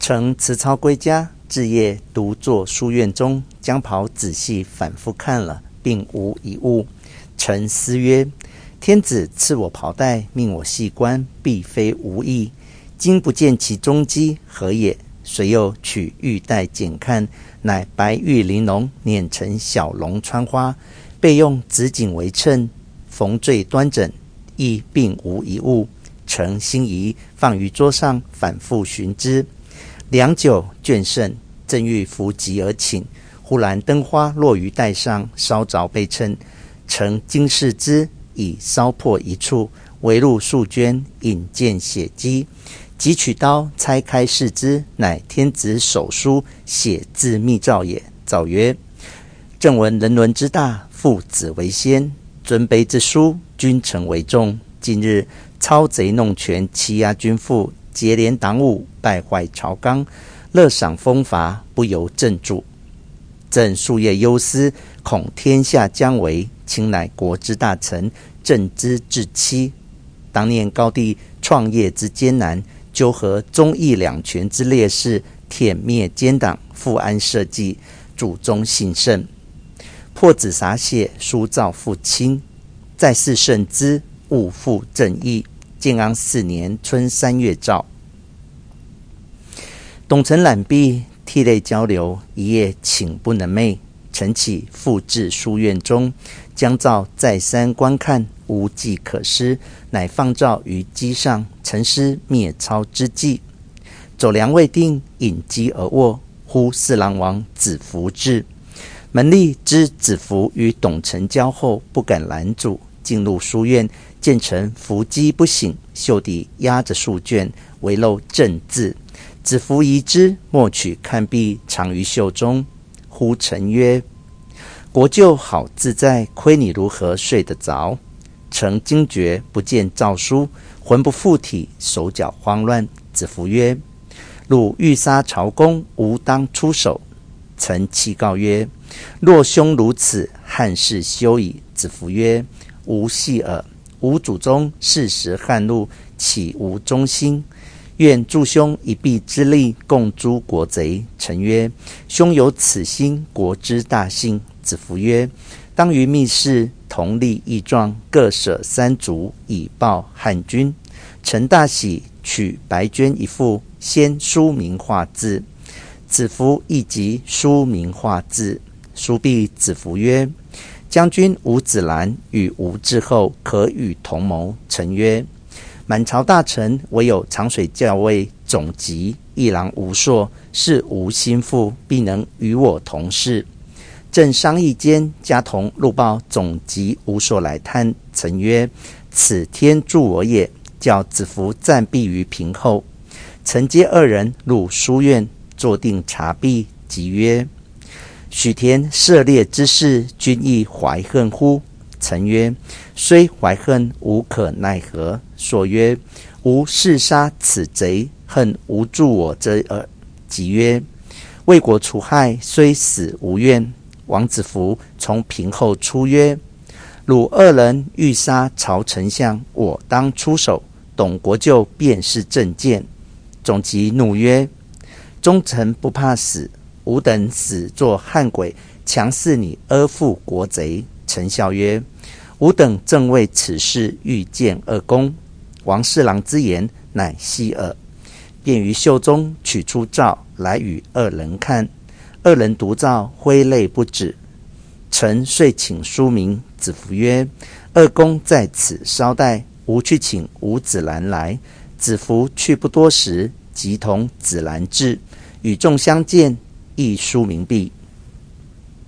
乘辞操归家，至夜独坐书院中，将袍仔细反复看了，并无一物。臣思曰：天子赐我袍带，命我系冠，必非无意。今不见其踪迹，何也？遂又取玉带检看，乃白玉玲珑，碾成小龙穿花，备用紫锦为衬，缝缀端整，亦并无一物。臣心疑，放于桌上，反复寻之。良久，倦甚，正欲扶疾而寝，忽然灯花落于带上，烧着被衬。臣惊视之，已烧破一处，微露数捐，引见血迹。即取刀拆开视之，乃天子手书写字密诏也。诏曰：正闻人伦之大，父子为先，尊卑之殊，君臣为重。近日操贼弄权，欺压君父，结连党伍，败坏朝纲，乐赏风罚，不由正主。朕夙夜忧思，恐天下将危，卿乃国之大臣，朕之至妻。当念高帝创业之艰难，纠合忠义两权之烈士，舔灭奸党，复安社稷，主忠信圣，破子洒血，书诏父亲，在世圣之，勿负正义。建安4年春3月诏。董承览毕，涕泪交流，一夜寝不能寐。晨起复至书院中，将诏再三观看，无迹可施，乃放诏于机上，陈师灭操之计。走梁未定，引机而卧，忽四郎王子服至。门吏知子服与董承交后，不敢拦阻，进入书院，见臣伏击不醒，袖底压着数卷，唯漏正字。子服疑之，默取看毕，藏于袖中。忽臣曰：国舅好自在，亏你如何睡得着？臣惊觉，不见诏书，魂不附体，手脚慌乱。子服曰：汝欲杀曹公，吾当出手。臣泣告曰：若兄如此，汉室休矣。子服曰：吾戏耳。吾祖宗世时汉禄，岂无忠心？愿助兄一臂之力，共诛国贼。臣曰：兄有此心，国之大幸。子服曰：当于密室，同立义状，各舍3族，以报汉君。臣大喜，取白绢一副，先书名画字。子服亦即书名画字。书毕，子服曰：将军吴子兰与吴至后，可与同谋。臣曰：满朝大臣，唯有长水校尉总吉、一郎吴硕是吴心腹，必能与我同事。正商议间，家童录报总吉吴硕来探。臣曰：此天助我也。叫子服暂避于屏后。臣接2人入书院，坐定察毕，即曰：许田涉猎之事，君亦怀恨乎？臣曰：虽怀恨，无可奈何。硕曰：吾誓杀此贼，恨无助我者耳。即曰：为国除害，虽死无怨。王子服从屏后出曰：汝2人欲杀曹丞相，我当出手，董国舅便是正见。总吉怒曰：忠臣不怕死，吾等死作汉鬼，强似你阿附国贼。臣笑曰：吾等正为此事欲见二公。王侍郎之言，乃息耳。便于袖中取出诏来与2人看。2人读诏，挥泪不止。臣遂请书名。子服曰：二公在此稍待，吾去请吴子兰来。子服去不多时，即同子兰至，与众相见，亦书名毕。